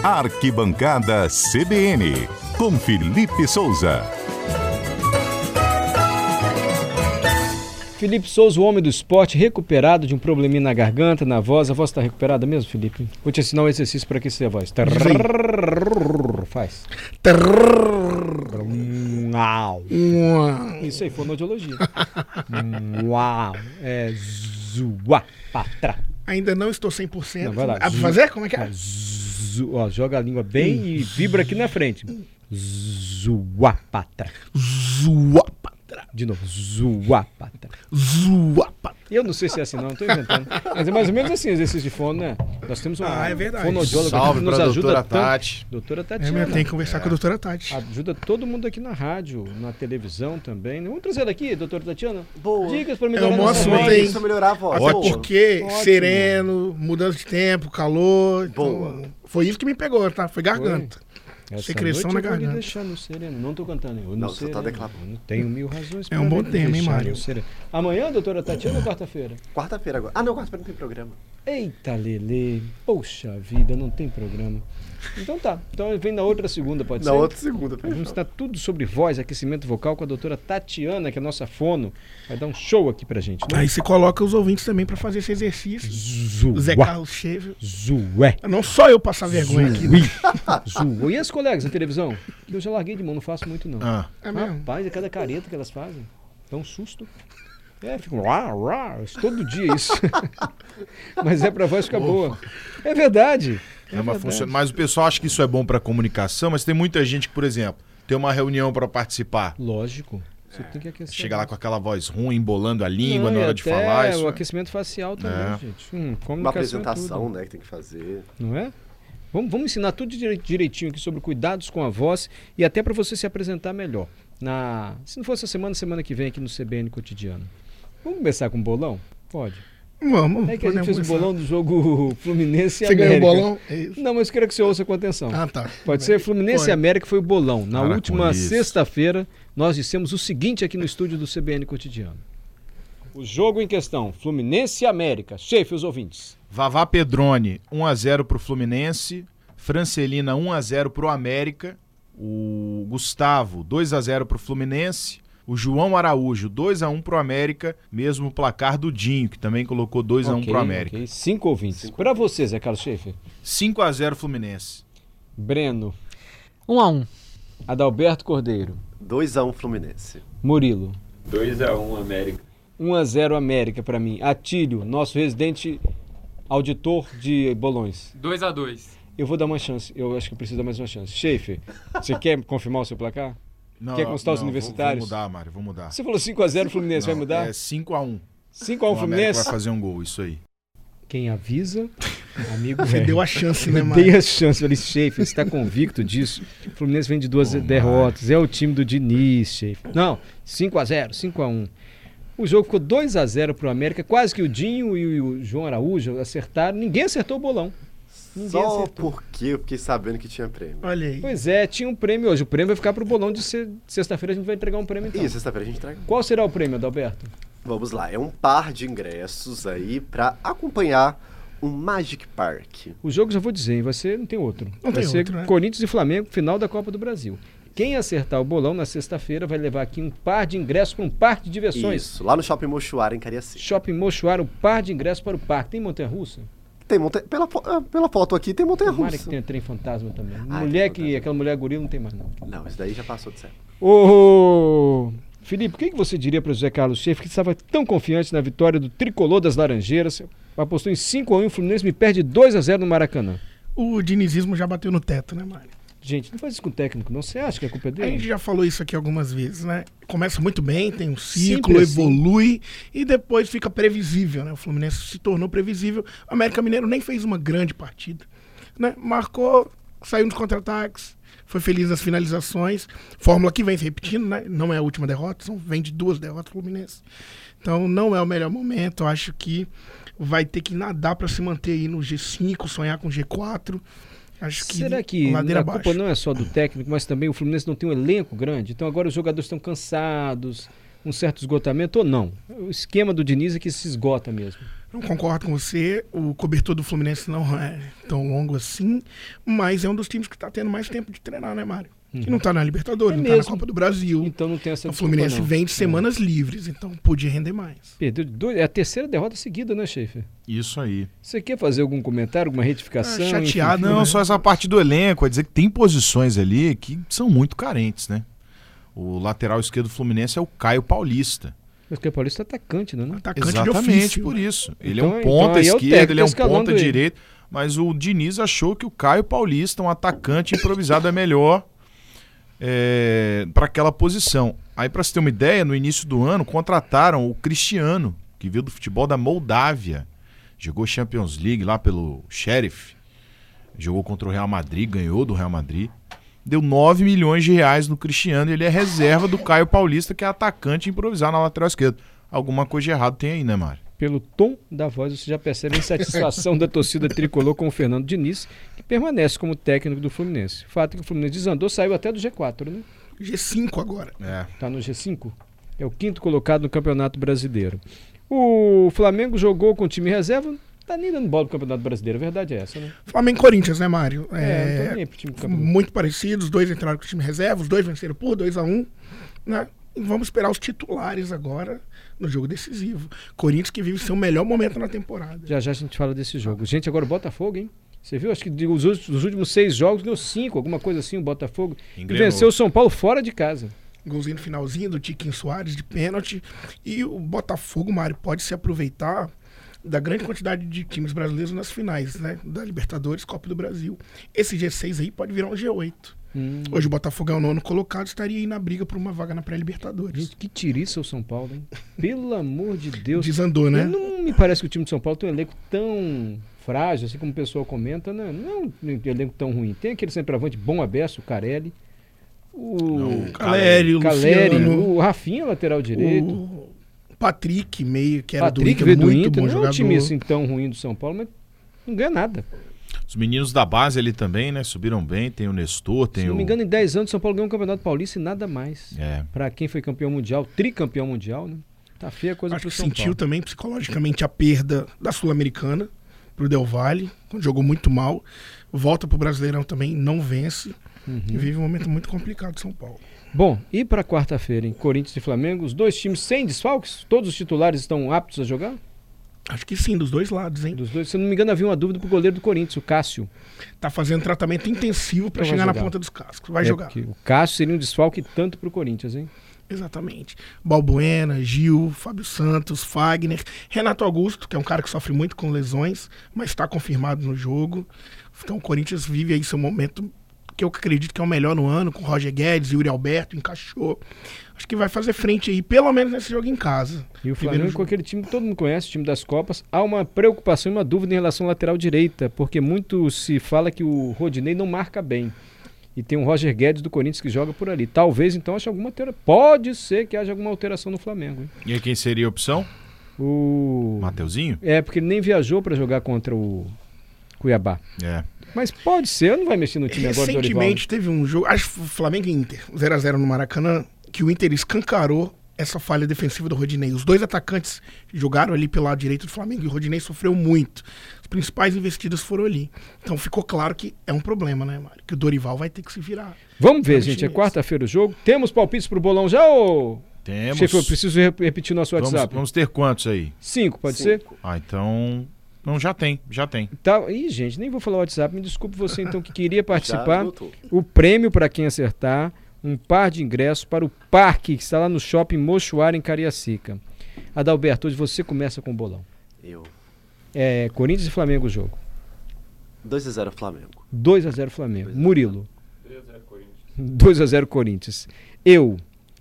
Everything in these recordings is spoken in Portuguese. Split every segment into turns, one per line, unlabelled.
Arquibancada CBN, com Felipe Souza.
Felipe Souza, o homem do esporte, recuperado de um probleminha na garganta, na voz. A voz está recuperada mesmo, Felipe? Vou te ensinar um exercício para aquecer a voz. Faz. Isso aí, fonoaudiologia. Uau. É zuapatra.
Ainda não estou 100%.
Não, vai lá.
Pra fazer? Como é que é?
Ó, joga a língua bem e vibra aqui na frente. Zuapatra.
Zuapatra.
De novo, zuapatra.
Zuapatra.
Eu não sei se é assim, não estou inventando. Mas é mais ou menos assim o exercício de fono, né? Nós temos uma
é verdade.
fonoaudióloga que nos ajuda
doutora Tati.
Doutora Tatiana.
Tem que conversar com a doutora Tati.
Ajuda todo mundo aqui na rádio, na televisão também. Vamos trazer ela aqui, doutora Tatiana.
Boa.
Dicas para melhorar
um assunto
voz.
aí.
Isso melhorar a voz.
Até
Boa.
porque
Ótimo.
sereno, mudança de tempo, calor.
Boa.
Então, foi isso que me pegou, tá? Foi garganta.
Essa
Secreção
noite
na
eu vou lhe
garganta.
deixar no sereno. Não estou cantando. Eu
Não,
no
você tá
sereno.
declamando.
Eu não tenho mil razões
É um bom
lhe
tema, hein,
deixar
Mário?
no sereno. Amanhã, doutora Tatiana, ou quarta-feira?
Quarta-feira agora. Ah, não, quarta-feira não tem programa.
Eita, Lelê. Poxa vida, não tem programa. Então tá. Então vem na outra segunda, pode ser?
Na outra segunda,
Nós vamos
fechou.
ensinar tudo sobre voz, aquecimento vocal com a doutora Tatiana, que é a nossa fono. Vai dar um show aqui pra gente. Né?
Aí você coloca os ouvintes também pra fazer esse exercício. Zé Carlos Chefe.
Zué.
Não só eu passar vergonha aqui.
Zuí. Zuí. E as colegas na televisão? Eu já larguei de mão, não faço muito não.
É mesmo?
Rapaz, é cada careta que elas fazem. Dá um susto. Ficam todo dia isso. Mas é pra voz ficar boa. É verdade.
Mas o pessoal acha que isso é bom para comunicação, mas tem muita gente que, por exemplo, tem uma reunião para participar.
Lógico. Você tem que aquecer.
Chega lá com aquela voz ruim, embolando a língua
Não,
na
e
hora de
até
falar. Isso
o aquecimento facial também, gente.
Uma
Comunicação
apresentação,
é tudo,
né, que tem que fazer.
não é? Vamos ensinar tudo direitinho aqui sobre cuidados com a voz e até para você se apresentar melhor. Se não for essa semana, semana que vem aqui no CBN Cotidiano. Vamos começar com o bolão? Pode.
Vamos.
É que a gente
podemos
fez o
começar.
bolão do jogo Fluminense e
Você
América.
ganhou o bolão? É isso.
Não, mas eu quero que você ouça com atenção.
Ah, tá.
Pode ser? Fluminense e América foi o bolão. Na
Para
última
com isso.
sexta-feira, nós dissemos o seguinte aqui no estúdio do CBN Cotidiano. O jogo em questão, Fluminense e América. Chefe, os ouvintes.
Vavá Pedrone, 1-0 pro Fluminense. Francelina, 1-0 pro América. O Gustavo, 2-0 pro Fluminense. O João Araújo, 2-1 pro América. Mesmo placar do Dinho, que também colocou 2-1 pro América.
Ok. 5 ouvintes. Para você, Zé Carlos Schaefer.
5-0 Fluminense.
Breno.
1-1.
Adalberto Cordeiro.
2-1 Fluminense.
Murilo.
2-1 América.
1-0 América para mim. Atílio, nosso residente auditor de bolões.
2-2.
Eu vou dar uma chance. Eu acho que eu preciso dar mais uma chance. Schaefer, você quer confirmar o seu placar? Quer constar os universitários?
Vou mudar, Mário, vou mudar.
Você falou 5-0 Fluminense, vai mudar?
É 5-1.
5-1
O América
Fluminense?
vai fazer um gol, isso aí.
Quem avisa, amigo
Você
é.
deu a chance, né,
Eu
mano?
dei a chance. Falei, Schaefer, você está convicto disso? O Fluminense vem de 2 derrotas. É o time do Diniz, Schaefer. Não, 5-0, 5-1. O jogo ficou 2-0 pro América. Quase que o Dinho e o João Araújo acertaram. Ninguém acertou o bolão. Ninguém
Só
acertou.
porque eu fiquei sabendo que tinha prêmio.
Olha aí.
Pois é, tinha um prêmio hoje. O prêmio vai ficar pro bolão de sexta-feira. A gente vai entregar um prêmio então.
E sexta-feira a gente entrega.
Qual será o prêmio, Adalberto?
Vamos lá, é um par de ingressos aí pra acompanhar um Magic Park.
O jogo, já vou dizer, hein, vai ser, não tem outro.
Não
vai
tem
ser
outro, né?
Corinthians e Flamengo, final da Copa do Brasil. Quem acertar o bolão na sexta-feira vai levar aqui um par de ingressos para um parque de diversões.
Isso, lá no Shopping Mochuara, em Cariacica.
Shopping Mochuara, um par de ingressos para o parque. Tem montanha-russa?
Tem pela foto aqui tem
Tomara que
montanha-russa.
tenha trem fantasma também.
Ai,
Mulher
tem
que, aquela mulher gorila não tem mais não.
Não, isso daí já passou de século.
Ô, Felipe, o que você diria para o José Carlos Schaefer, que estava tão confiante na vitória do tricolor das Laranjeiras, apostou em 5-1 e o Fluminense me perde 2-0 no Maracanã?
O dinizismo já bateu no teto, né, Mário?
Gente, não faz isso com o técnico, não. Você acha que a culpa é
A
dele?
gente já falou isso aqui algumas vezes, né? Começa muito bem, tem um
Sempre
ciclo,
assim.
evolui e depois fica previsível, né? O Fluminense se tornou previsível. O América Mineiro nem fez uma grande partida, né? Marcou, saiu nos contra-ataques, foi feliz nas finalizações. Fórmula que vem se repetindo, né? Não é a última derrota, vem de 2 derrotas Fluminense. Então não é o melhor momento. Eu acho que vai ter que nadar para se manter aí no G5, sonhar com G4. Acho que
Será que
ladeira
a
abaixo.
culpa não é só do técnico, mas também o Fluminense não tem um elenco grande? Então agora os jogadores estão cansados, um certo esgotamento ou não? O esquema do Diniz é que se esgota mesmo.
Não concordo com você, o cobertor do Fluminense não é tão longo assim, mas é um dos times que está tendo mais tempo de treinar, né, Mário? Que não está na Libertadores, não está na Copa do Brasil.
Então não tem essa
O Fluminense vem de semanas livres, então podia render mais.
Perdeu é a terceira derrota seguida, né, Schaefer?
Isso aí.
Você quer fazer algum comentário, alguma retificação?
Chateado,
Não,
né?
só essa parte do elenco, é dizer que tem posições ali que são muito carentes, né? O lateral esquerdo do Fluminense é o Caio Paulista.
Mas o Caio Paulista é atacante, não é?
Atacante de
Exatamente
ofício.
por isso. Ele
Então-
é um
então
ponta
aí é o
esquerda,
técnico
ele é um
escalando
ponta
ele.
direito, mas o Diniz achou que o Caio Paulista, um atacante improvisado, é melhor para aquela posição. Aí, para você ter uma ideia, no início do ano, contrataram o Cristiano, que veio do futebol da Moldávia. Jogou Champions League lá pelo Sheriff. Jogou contra o Real Madrid, ganhou do Real Madrid. Deu 9 milhões de reais no Cristiano e ele é reserva do Caio Paulista, que é atacante improvisado na lateral esquerda. Alguma coisa de errado tem aí, né, Mário?
Pelo tom da voz, você já percebe a insatisfação da torcida tricolor com o Fernando Diniz, que permanece como técnico do Fluminense. Fato é que o Fluminense desandou, saiu até do G4, né?
G5 agora.
Tá no G5. É o quinto colocado no Campeonato Brasileiro. O Flamengo jogou com o time reserva, tá nem dando bola pro Campeonato Brasileiro, a verdade é essa, né?
Flamengo e Corinthians, né, Mário?
Não tô nem aí pro time do campeonato.
Muito parecidos, os dois entraram com o time reserva, os dois venceram por 2-1, né? E vamos esperar os titulares agora no jogo decisivo. Corinthians que vive seu melhor momento na temporada.
Já já a gente fala desse jogo. Gente, agora o Botafogo, hein? Você viu? Acho que dos últimos 6 jogos deu 5, alguma coisa assim, o Botafogo. E
Engrenou.
venceu o São Paulo fora de casa.
Golzinho no finalzinho do Tiquinho Soares de pênalti. E o Botafogo, Mário, pode se aproveitar da grande quantidade de times brasileiros nas finais, né? Da Libertadores, Copa do Brasil. Esse G6 aí pode virar um G8. Hoje o Botafogo é o 9º colocado, estaria aí na briga por uma vaga na pré-Libertadores.
Gente, que tiriça o São Paulo, hein? Pelo amor de Deus.
Desandou, né?
Não me parece que o time de São Paulo tem um elenco tão frágil, assim como o pessoal comenta, né? Não é um elenco tão ruim. Tem aquele centroavante bom aberto, o Carelli. O
Caleri, o Luciano,
o Rafinha, lateral direito.
o Patrick, meio, que era
Patrick
do
veio
Inter,
do
muito
Inter,
bom
não é um
jogador.
time assim tão ruim do São Paulo, mas não ganha nada.
Os meninos da base ali também, né? Subiram bem. Tem o Nestor, tem
Se
o...
não me engano, em 10 anos o São Paulo ganhou um Campeonato Paulista e nada mais.
É.
Pra quem foi campeão mundial, tricampeão mundial, né? Tá feia a coisa
Acho
pro
que
São
sentiu
Paulo.
também psicologicamente a perda da Sul-Americana pro Del Valle, quando jogou muito mal. Volta pro Brasileirão também, não vence. E vive um momento muito complicado de São Paulo.
Bom, e para quarta-feira, em Corinthians e Flamengo, os dois times sem desfalques? Todos os titulares estão aptos a jogar?
Acho que sim, dos dois lados, hein?
Dos dois, se eu não me engano, havia uma dúvida pro goleiro do Corinthians, o Cássio.
Tá fazendo tratamento intensivo para
Então vai
chegar na
jogar.
ponta dos cascos. Vai jogar.
Porque o Cássio seria um desfalque tanto pro Corinthians, hein?
Exatamente. Balbuena, Gil, Fábio Santos, Fagner, Renato Augusto, que é um cara que sofre muito com lesões, mas está confirmado no jogo. Então o Corinthians vive aí seu momento, que eu acredito que é o melhor no ano, com Roger Guedes, Yuri Alberto, encaixou. Acho que vai fazer frente aí, pelo menos nesse jogo em casa.
E o
Primeiro
Flamengo com
jogo.
aquele time que todo mundo conhece, o time das Copas, há uma preocupação e uma dúvida em relação à lateral direita, porque muito se fala que o Rodinei não marca bem. E tem o Roger Guedes do Corinthians que joga por ali. Talvez, então, ache alguma alteração. Pode ser que haja alguma alteração no Flamengo, hein?
E aí quem seria a opção?
O...
Mateuzinho?
É, porque ele nem viajou para jogar contra o Cuiabá.
É.
Mas pode ser, não vai mexer no time agora do Dorival.
Recentemente teve um jogo, acho que foi Flamengo e Inter, 0x0 no Maracanã, que o Inter escancarou essa falha defensiva do Rodinei. Os dois atacantes jogaram ali pelo lado direito do Flamengo e o Rodinei sofreu muito. As principais investidas foram ali. Então ficou claro que é um problema, né, Mário? Que o Dorival vai ter que se virar.
Vamos ver,
Cara,
gente. É
chinês.
quarta-feira o jogo. Temos palpites pro bolão já ou...
Temos.
Chefe, eu preciso repetir nosso WhatsApp.
Vamos ter quantos aí?
5, pode ser?
5.
Ah, então... Não, já tem.
Tá. Ih, gente, nem vou falar o WhatsApp. Me desculpe você então que queria
Já
participar.
anotou.
O prêmio para quem acertar, um par de ingressos para o parque que está lá no shopping Mochuara em Cariacica. Adalberto, hoje você começa com o bolão.
Eu.
É Corinthians e Flamengo o jogo.
2x0 Flamengo.
2x0 Flamengo. Murilo. 2x0 Corinthians. Eu.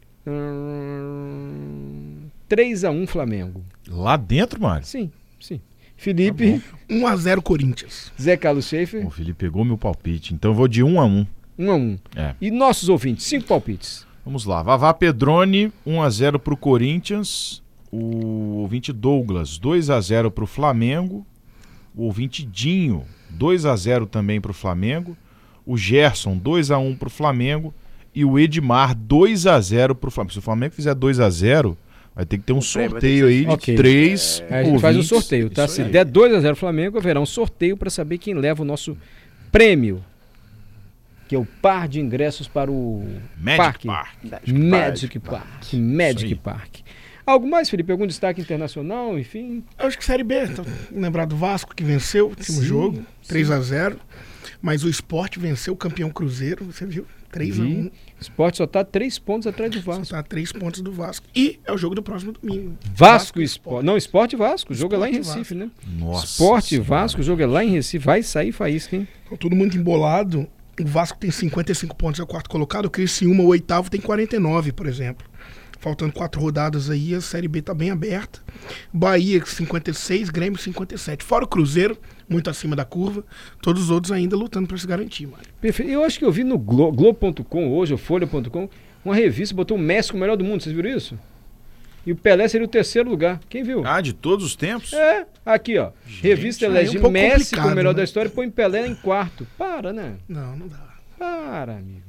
3x1 Flamengo.
Lá dentro, Mário?
Sim, sim. Felipe,
1x0 Corinthians.
Zé Carlos Schaefer,
O Felipe pegou meu palpite. Então eu vou de 1-1.
1x1.
É.
E nossos ouvintes, 5 palpites.
Vamos lá. Vavá Pedrone, 1-0 pro Corinthians. O ouvinte Douglas, 2-0 pro Flamengo. O ouvinte Dinho, 2-0 também pro Flamengo. O Gerson, 2-1 pro Flamengo. E o Edmar, 2-0 pro Flamengo. Se o Flamengo fizer 2-0, Vai ter que ter um
prêmio
sorteio aí de
Ok.
3
Aí a gente faz um
ouvintes.
sorteio, tá?
Isso
Se
aí.
der 2-0 Flamengo, haverá um sorteio para saber quem leva o nosso prêmio, que é o par de ingressos para o
Magic
parque.
Park.
Magic Park. Magic
Isso aí.
Park. Algo mais, Felipe? Algum destaque internacional, enfim?
Eu acho que Série B, então, lembrar do Vasco que venceu o último
Sim,
jogo, 3-0. Mas o Sport venceu o campeão Cruzeiro, você viu? 3-1.
O Sport só tá 3 pontos atrás do Vasco.
Está a 3 pontos do Vasco. E é o jogo do próximo domingo.
Vasco e Sport. Não, Sport e Vasco. O jogo é lá em
Sport e
Recife, né?
Nossa.
Sport e
Senhora.
Vasco, o jogo é lá em Recife. Vai sair faísca, hein?
Então, todo mundo embolado. O Vasco tem 55 pontos, é o quarto colocado. O Criciúma, o oitavo, tem 49, por exemplo. Faltando 4 rodadas aí, a Série B tá bem aberta. Bahia, 56, Grêmio, 57. Fora o Cruzeiro, muito acima da curva. Todos os outros ainda lutando para se garantir, Mário.
Perfeito. Eu acho que eu vi no Globo.com hoje, ou Folha.com, uma revista botou o Messi como o melhor do mundo. Vocês viram isso? E o Pelé seria o terceiro lugar. Quem viu?
Ah, de todos os tempos?
É, aqui ó. Revista
aí é
elege
um pouco
Messi
complicado,
como o melhor
né?
da história e põe Pelé em quarto. Para, né?
Não, não dá.
Para, amigo.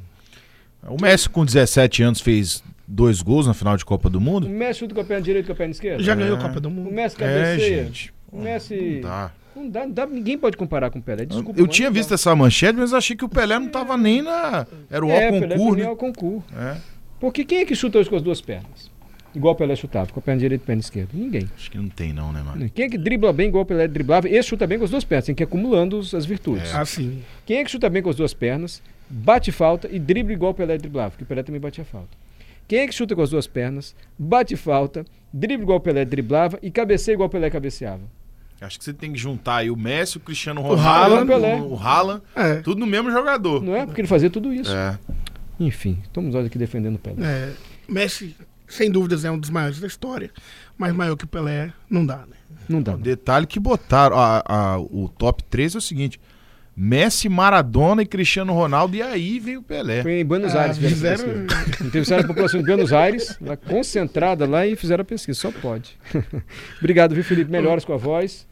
O Messi com 17 anos fez 2 gols na final de Copa do
O
Mundo?
Messi chuta com a perna direita e com a perna esquerda?
Já ganhou a Copa do
O
Mundo.
Messi
É,
cabeceia?
gente.
O Messi...
Não dá.
Não dá, ninguém pode comparar com o Pelé, desculpa.
Eu
mas
tinha
não dá.
visto essa manchete, mas achei que o Pelé não tava nem na... Era o
Pelé
concurso,
pra mim é
né?
o concurso.
É,
Porque quem é que chuta hoje com as duas pernas? Igual o Pelé chutava, com a perna direita e perna esquerda? Ninguém.
acho que não tem não, né, mano?
Quem é que dribla bem igual o Pelé driblava? Esse chuta bem com as duas pernas, tem que ir acumulando as virtudes.
Assim.
Quem é que chuta bem com as duas pernas, bate falta e dribla igual o Pelé driblava? Porque o Pelé também batia falta. Quem é que chuta com as duas pernas, bate falta, dribla igual o Pelé driblava e cabeceia igual o Pelé cabeceava?
Acho que você tem que juntar aí o Messi, o Cristiano
Haaland,
Ronaldo,
o Pelé.
o Haaland,
É.
tudo no mesmo jogador.
Não é? Porque ele fazia tudo isso.
É.
Enfim, estamos nós aqui defendendo o Pelé.
É, Messi, sem dúvidas, é um dos maiores da história. Mas maior que o Pelé, não dá, né?
Não dá.
Detalhe que botaram, o top 3 é o seguinte: Messi, Maradona e Cristiano Ronaldo, e aí veio o Pelé.
Foi em Buenos Aires.
fizeram-
Fizeram... Entrevistaram a população de Buenos Aires, lá concentrada lá, e fizeram a pesquisa. Só pode. Obrigado, viu, Felipe? Melhoras com a voz.